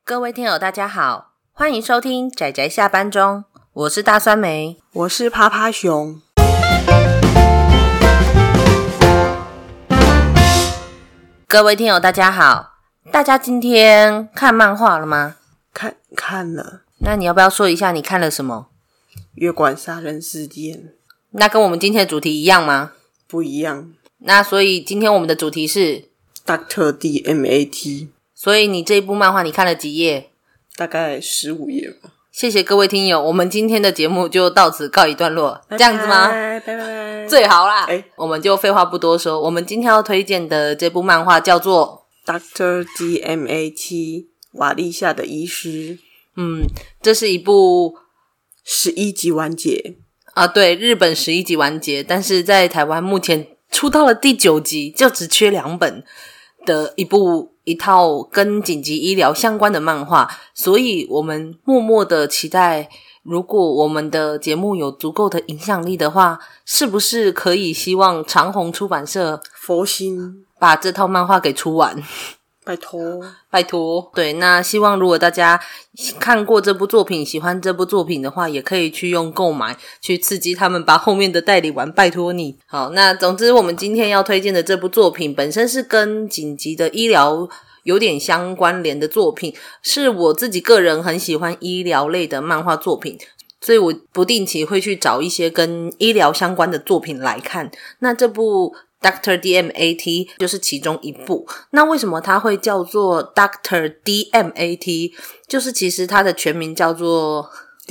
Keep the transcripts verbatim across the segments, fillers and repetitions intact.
各位听友大家好，欢迎收听宅宅下班中，我是大酸梅， 我是趴趴熊。 各位听友大家好，大家今天看漫画了吗？ 看看了。 那你要不要说一下你看了什么？ 月馆杀人事件。 那跟我们今天的主题一样吗？ 不一样。 那所以今天我们的主题是 Doctor D M A T。 所以你这一部漫画你看了几页？ 大概十五页吧。 谢谢各位听友，我们今天的节目就到此告一段落。 拜拜， 这样子吗？ 拜拜拜。 最好啦、 欸、 我们就废话不多说，我们今天要推荐的这部漫画叫做 Doctor D M A T 瓦利夏的医师。 嗯，这是一部十一集完结啊，对，日本十一集完结，但是在台湾目前出到了第九集，就只缺两本的一部一套跟紧急医疗相关的漫画，所以我们默默的期待，如果我们的节目有足够的影响力的话，是不是可以希望长鸿出版社佛心把这套漫画给出完？ 拜托拜托。对，那希望如果大家看过这部作品，喜欢这部作品的话，也可以去用购买去刺激他们把后面的代理完，拜托你。好，那总之我们今天要推荐的这部作品本身是跟紧急的医疗有点相关联的作品，是我自己个人很喜欢医疗类的漫画作品，所以我不定期会去找一些跟医疗相关的作品来看。那这部Doctor D M A T 就是其中一部。那为什么它会叫做 Doctor D M A T？ 就是其实它的全名叫做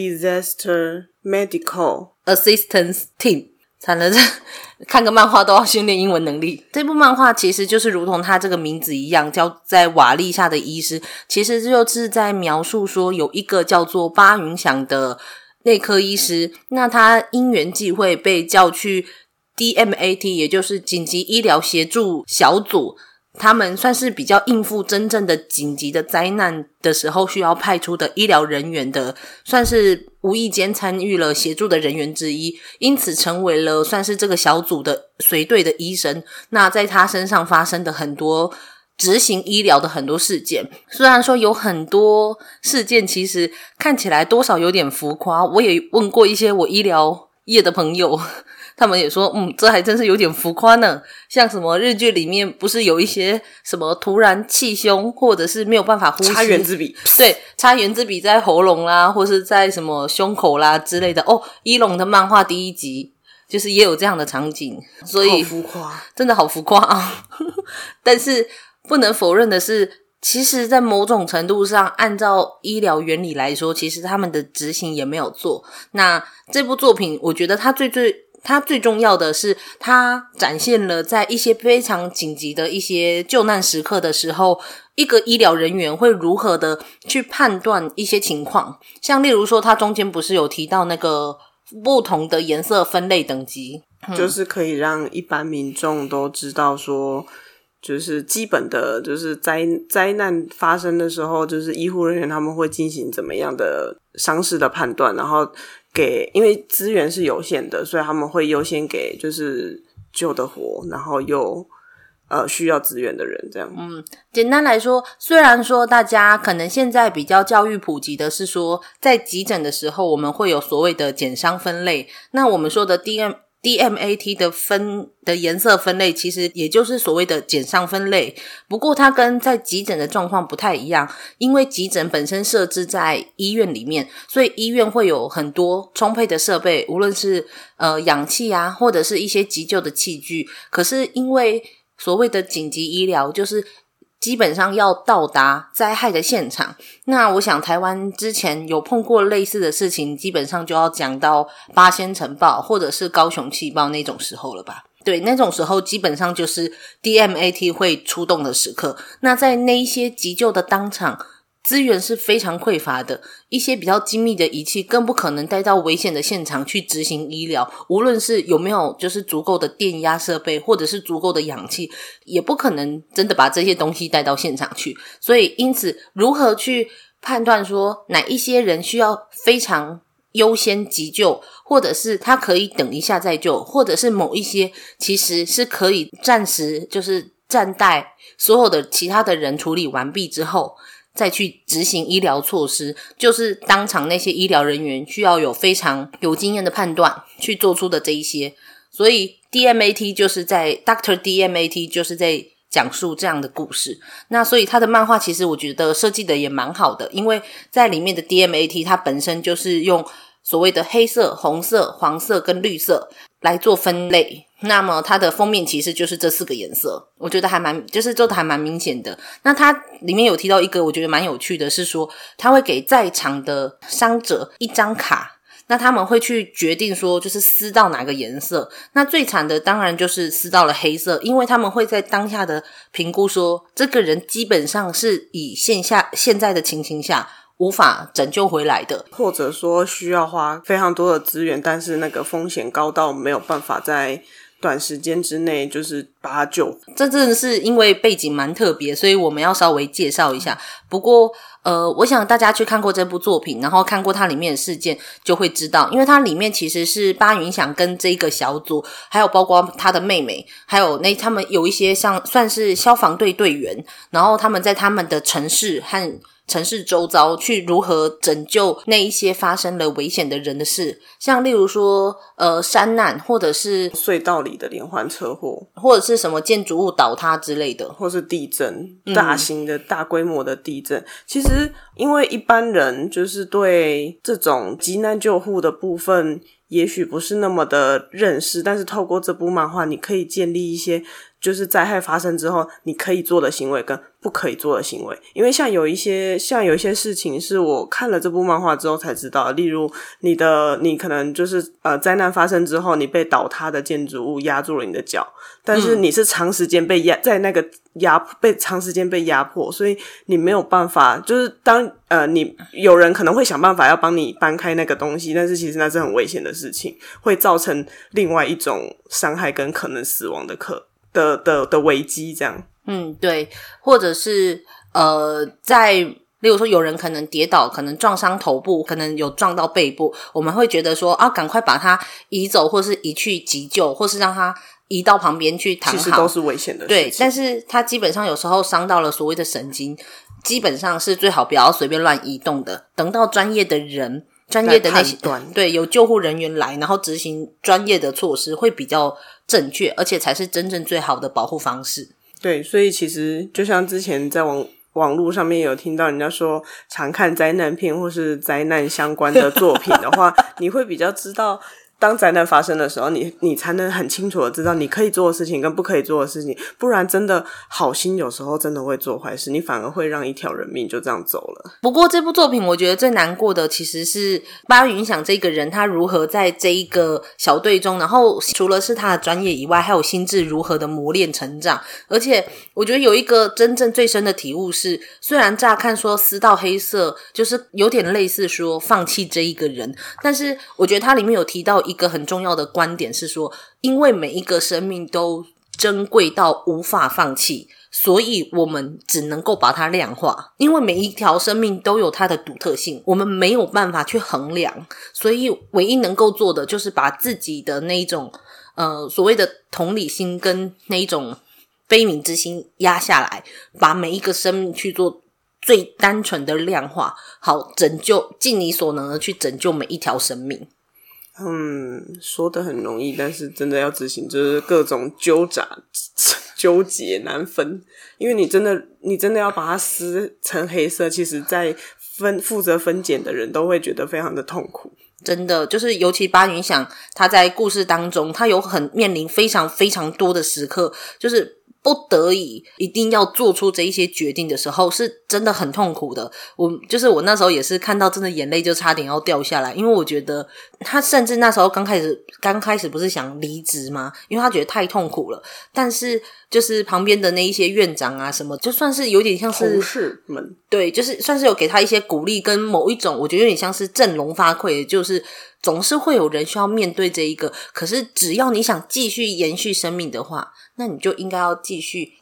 Disaster Medical Assistance Team。惨了，这看个漫画都要训练英文能力。这部漫画其实就是如同它这个名字一样，叫在瓦利夏的医师，其实就是在描述说有一个叫做巴云祥的内科医师，那他因缘际会被叫去D M A T， 也就是紧急医疗协助小组，他们算是比较应付真正的紧急的灾难的时候需要派出的医疗人员的，算是无意间参与了协助的人员之一，因此成为了算是这个小组的随队的医生。那在他身上发生的很多执行医疗的很多事件，虽然说有很多事件其实看起来多少有点浮夸，我也问过一些我医疗业的朋友，他们也说嗯，这还真是有点浮夸呢。像什么日剧里面不是有一些什么突然气胸或者是没有办法呼吸， 插原子笔， 对，插原子笔在喉咙啦或是在什么胸口啦之类的。哦，伊隆的漫画第一集就是也有这样的场景，所以好浮夸， 真的好浮夸啊但是不能否认的是，其实在某种程度上按照医疗原理来说，其实他们的执行也没有做。那这部作品我觉得它最最它最重要的是它展现了在一些非常紧急的一些救难时刻的时候，一个医疗人员会如何的去判断一些情况。像例如说它中间不是有提到那个不同的颜色分类等级、嗯、 就是可以让一般民众都知道说，就是基本的就是灾灾难发生的时候，就是医护人员他们会进行怎么样的伤势的判断，然后给，因为资源是有限的，所以他们会优先给就是救得活然后又呃需要资源的人这样。 嗯，简单来说，虽然说大家可能现在比较教育普及的是说，在急诊的时候我们会有所谓的减伤分类，那我们说的 D M D M A T 的分的颜色分类其实也就是所谓的减伤分类，不过它跟在急诊的状况不太一样，因为急诊本身设置在医院里面，所以医院会有很多充沛的设备，无论是呃氧气啊或者是一些急救的器具，可是因为所谓的紧急医疗就是基本上要到达灾害的现场，那我想台湾之前有碰过类似的事情，基本上就要讲到八仙尘爆或者是高雄气爆那种时候了吧。对，那种时候基本上就是 D M A T 会出动的时刻。那在那一些急救的当场，资源是非常匮乏的，一些比较精密的仪器更不可能带到危险的现场去执行医疗，无论是有没有就是足够的电压设备或者是足够的氧气，也不可能真的把这些东西带到现场去。所以因此如何去判断说哪一些人需要非常优先急救，或者是他可以等一下再救，或者是某一些其实是可以暂时就是暂代所有的其他的人处理完毕之后再去执行医疗措施，就是当场那些医疗人员需要有非常有经验的判断去做出的这一些。所以 D M A T 就是在 Doctor D M A T 就是在讲述这样的故事。那所以他的漫画其实我觉得设计的也蛮好的，因为在里面的 D M A T 它本身就是用所谓的黑色、红色、黄色跟绿色来做分类，那么它的封面其实就是这四个颜色，我觉得还蛮就是做的还蛮明显的。那它里面有提到一个我觉得蛮有趣的是说，它会给在场的伤者一张卡，那他们会去决定说就是撕到哪个颜色。那最惨的当然就是撕到了黑色，因为他们会在当下的评估说这个人基本上是以现下现在的情形下无法拯救回来的， 或者说需要花非常多的资源，但是那个风险高到没有办法在短时间之内就是把他救。 这真的是因为背景蛮特别，所以我们要稍微介绍一下。不过呃，我想大家去看过这部作品，然后看过它里面的事件就会知道，因为它里面其实是巴云响跟这个小组，还有包括他的妹妹，还有那他们有一些像算是消防队队员，然后他们在他们的城市和城市周遭去如何拯救那一些发生了危险的人的事，像例如说呃山难，或者是隧道里的连环车祸， 或者是什么建筑物倒塌之类的， 或是地震，大型的大规模的地震、嗯、其实因为一般人就是对这种急难救护的部分也许不是那么的认识，但是透过这部漫画你可以建立一些就是灾害发生之后你可以做的行为跟不可以做的行为。因为像有一些像有一些事情是我看了这部漫画之后才知道的，例如你的你可能就是呃灾难发生之后你被倒塌的建筑物压住了你的脚，但是你是长时间被压在那个压被长时间被压迫，所以你没有办法就是当呃你有人可能会想办法要帮你搬开那个东西，但是其实那是很危险的事情，会造成另外一种伤害跟可能死亡的可的的的危机这样。 嗯，对，或者是呃在例如说有人可能跌倒，可能撞伤头部，可能有撞到背部，我们会觉得说啊赶快把他移走，或是移去急救，或是让他移到旁边去躺好， 其实都是危险的事情。 对，但是他基本上有时候伤到了所谓的神经，基本上是最好不要随便乱移动的，等到专业的人专业的那些对有救护人员来，然后执行专业的措施会比较正确，而且才是真正最好的保护方式。 对，所以其实就像之前在网网络上面有听到人家说常看灾难片或是灾难相关的作品的话你会比较知道当灾难发生的时候你你才能很清楚的知道你可以做的事情跟不可以做的事情，不然真的好心有时候真的会做坏事，你反而会让一条人命就这样走了。 不过这部作品我觉得最难过的其实是巴云响这个人，他如何在这一个小队中，然后除了是他的专业以外还有心智如何的磨练成长。而且我觉得有一个真正最深的体悟是，虽然乍看说撕到黑色就是有点类似说放弃这一个人，但是我觉得它里面有提到一个很重要的观点是说，因为每一个生命都珍贵到无法放弃，所以我们只能够把它量化，因为每一条生命都有它的独特性，我们没有办法去衡量，所以唯一能够做的就是把自己的那一种呃所谓的同理心跟那一种悲悯之心压下来，把每一个生命去做最单纯的量化，好拯救，尽你所能的去拯救每一条生命。 嗯，说得很容易，但是真的要执行就是各种纠杂纠结难分，因为你真的你真的要把它撕成黑色，其实在分负责分拣的人都会觉得非常的痛苦。 真的就是尤其巴云响他在故事当中他有很面临非常非常多的时刻，就是不得已一定要做出这一些决定的时候，是真的很痛苦的。我就是我那时候也是看到真的眼泪就差点要掉下来，因为我觉得他甚至那时候刚开始刚开始不是想离职吗？因为他觉得太痛苦了，但是就是旁边的那一些院长啊什么，就算是有点像是同事们， 对，就是算是有给他一些鼓励跟某一种我觉得有点像是振聋发聩，就是总是会有人需要面对这一个，可是只要你想继续延续生命的话，那你就应该要继续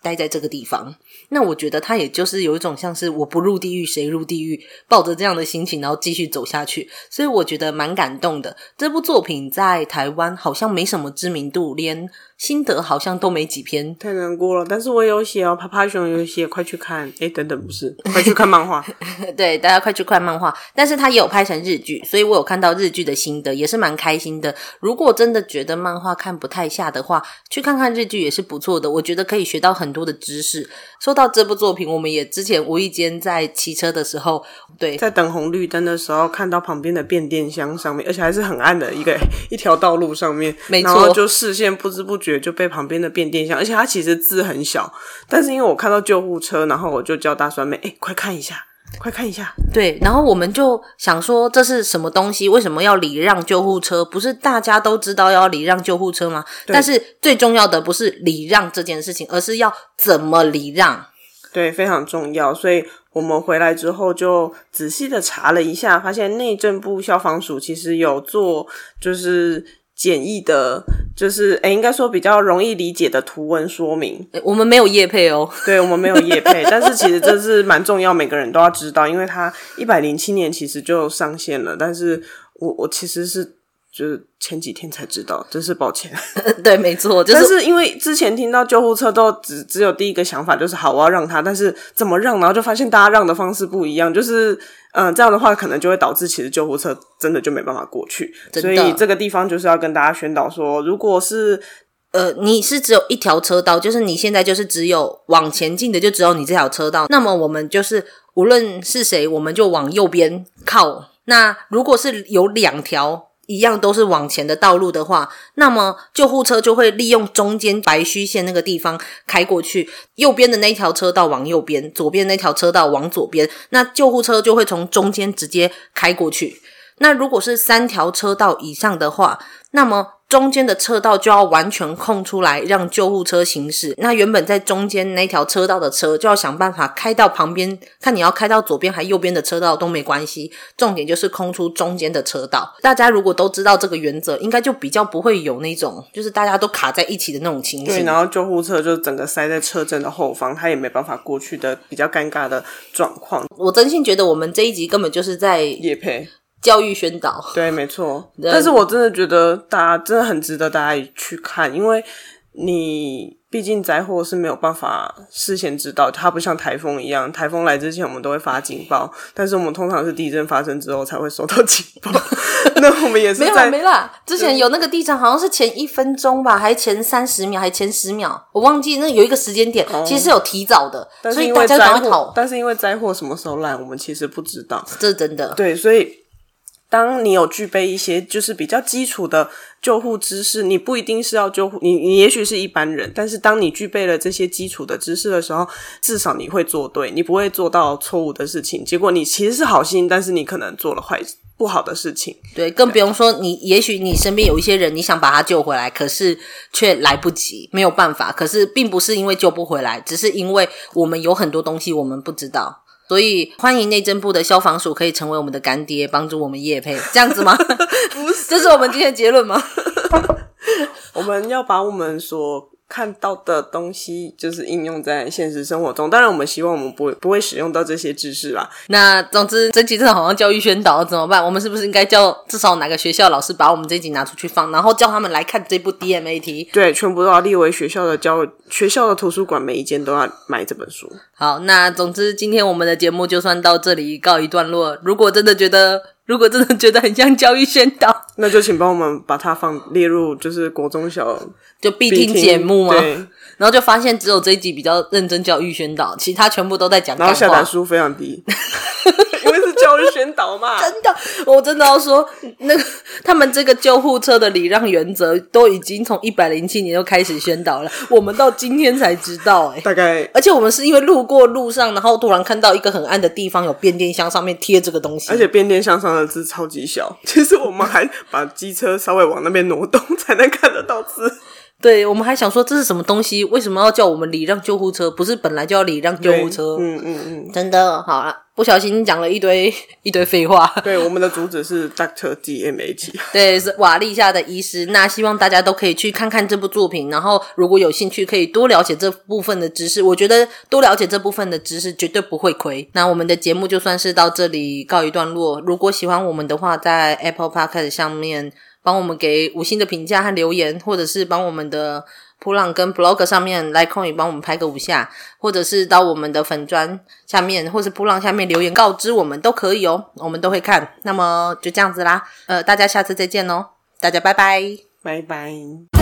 待在这个地方。那我觉得他也就是有一种像是我不入地狱谁入地狱，抱着这样的心情然后继续走下去，所以我觉得蛮感动的。这部作品在台湾好像没什么知名度，连心得好像都没几篇， 太难过了。但是我有写哦，趴趴熊有写，快去看。诶等等，不是，快去看漫画。 对，大家快去看漫画。但是他也有拍成日剧，所以我有看到日剧的心得，也是蛮开心的。如果真的觉得漫画看不太下的话，去看看日剧也是不错的，我觉得可以学到很多的知识。说到这部作品，我们也之前无意间在骑车的时候，对， 在等红绿灯的时候看到旁边的变电箱上面，而且还是很暗的一个一条道路上面， 没错， 然后就视线不知不觉就被旁边的变电箱，而且它其实字很小，但是因为我看到救护车，然后我就叫大酸妹，诶快看一下快看一下。 对，然后我们就想说这是什么东西，为什么要礼让救护车？不是大家都知道要礼让救护车吗？但是最重要的不是礼让这件事情，而是要怎么礼让。 对，非常重要。所以我们回来之后就仔细的查了一下，发现内政部消防署其实有做就是简易的，就是诶应该说比较容易理解的图文说明。 我们没有业配哦。 对，我们没有业配，但是其实这是蛮重要，每个人都要知道，因为它一百零七年其实就上线了，但是我我其实是就是前几天才知道，真是抱歉。 对，没错，就是。 但是因为之前听到救护车都只只有第一个想法就是好，我要让他，但是怎么让，然后就发现大家让的方式不一样，就是嗯、呃，这样的话可能就会导致其实救护车真的就没办法过去，所以这个地方就是要跟大家宣导说，如果是呃，你是只有一条车道，就是你现在就是只有往前进的就只有你这条车道，那么我们就是无论是谁我们就往右边靠。那如果是有两条一样都是往前的道路的话，那么救护车就会利用中间白虚线那个地方开过去，右边的那条车道往右边，左边那条车道往左边，那救护车就会从中间直接开过去。那如果是三条车道以上的话，那么中间的车道就要完全空出来让救护车行驶，那原本在中间那条车道的车就要想办法开到旁边，看你要开到左边还右边的车道都没关系，重点就是空出中间的车道。大家如果都知道这个原则，应该就比较不会有那种就是大家都卡在一起的那种情形。 对，然后救护车就整个塞在车阵的后方，他也没办法过去的比较尴尬的状况。 我真心觉得我们这一集根本就是在业配教育宣导。 对，没错。但是我真的觉得大家真的很值得大家去看，因为你毕竟灾祸是没有办法事先知道，它不像台风一样，台风来之前我们都会发警报，但是我们通常是地震发生之后才会收到警报。那我们也是在没啦没啦，之前有那个地震好像是前一分钟吧，还前三十秒，还前十秒，我忘记那有一个时间点，哦、其实是有提早的， 但所以大家赶快逃。 但是因为灾祸什么时候来，我们其实不知道， 这是真的。 对，所以当你有具备一些就是比较基础的救护知识，你不一定是要救护，你你也许是一般人，但是当你具备了这些基础的知识的时候，至少你会做对，你不会做到错误的事情，结果你其实是好心，但是你可能做了坏不好的事情。 对，更不用说你也许你身边有一些人你想把他救回来，可是却来不及，没有办法，可是并不是因为救不回来，只是因为我们有很多东西我们不知道。所以欢迎内政部的消防署可以成为我们的干爹，帮助我们业配，这样子吗？ 不是， 这是我们今天的结论吗？ 我们要把我们所看到的东西就是应用在现实生活中，当然我们希望我们不会不会使用到这些知识啦。 那总之这集真的好像教育宣导怎么办？我们是不是应该叫至少哪个学校老师把我们这集拿出去放，然后叫他们来看这部 D M A T？ 对，全部都要列为学校的教学校的图书馆，每一间都要买这本书。 好，那总之今天我们的节目就算到这里告一段落。如果真的觉得如果真的觉得很像教育宣导， 那就请帮我们把它放列入就是国中小就必听节目吗？ 对， 然后就发现只有这一集比较认真教育宣导，其他全部都在讲干话， 然后下载数非常低。因为是教育宣导嘛。 真的，我真的要说，那个他们这个救护车的礼让原则都已经从一百零七年就开始宣导了，我们到今天才知道哎、欸。 大概， 而且我们是因为路过路上，然后突然看到一个很暗的地方有变电箱，上面贴这个东西， 而且变电箱上的字超级小，其实我们还把机车稍微往那边挪动才能看得到字。 对，我们还想说这是什么东西，为什么要叫我们礼让救护车，不是本来就要礼让救护车？ 嗯嗯嗯， 真的好了，不小心讲了一堆一堆废话。 对，我们的主旨是 Doctor D M H， 对，是瓦利夏的医师。那希望大家都可以去看看这部作品，然后如果有兴趣可以多了解这部分的知识，我觉得多了解这部分的知识绝对不会亏。那我们的节目就算是到这里告一段落，如果喜欢我们的话，在 Apple Podcast 上面帮我们给五星的评价和留言，或者是帮我们的普朗跟 blog 上面来空也帮我们拍个五下，或者是到我们的粉专下面或是普朗下面留言告知我们都可以哦，我们都会看。那么就这样子啦，呃，大家下次再见哦，大家拜拜， 拜拜。